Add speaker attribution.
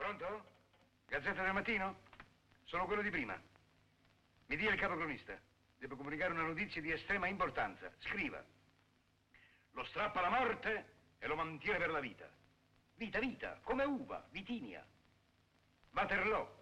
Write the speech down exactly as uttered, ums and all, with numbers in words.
Speaker 1: Pronto? Gazzetta del mattino? Sono quello di prima. Mi dia il capocronista. Devo comunicare una notizia di estrema importanza. Scriva. Lo strappa alla morte e lo mantiene per la vita. Vita, vita, come uva, vitinia. Waterloo.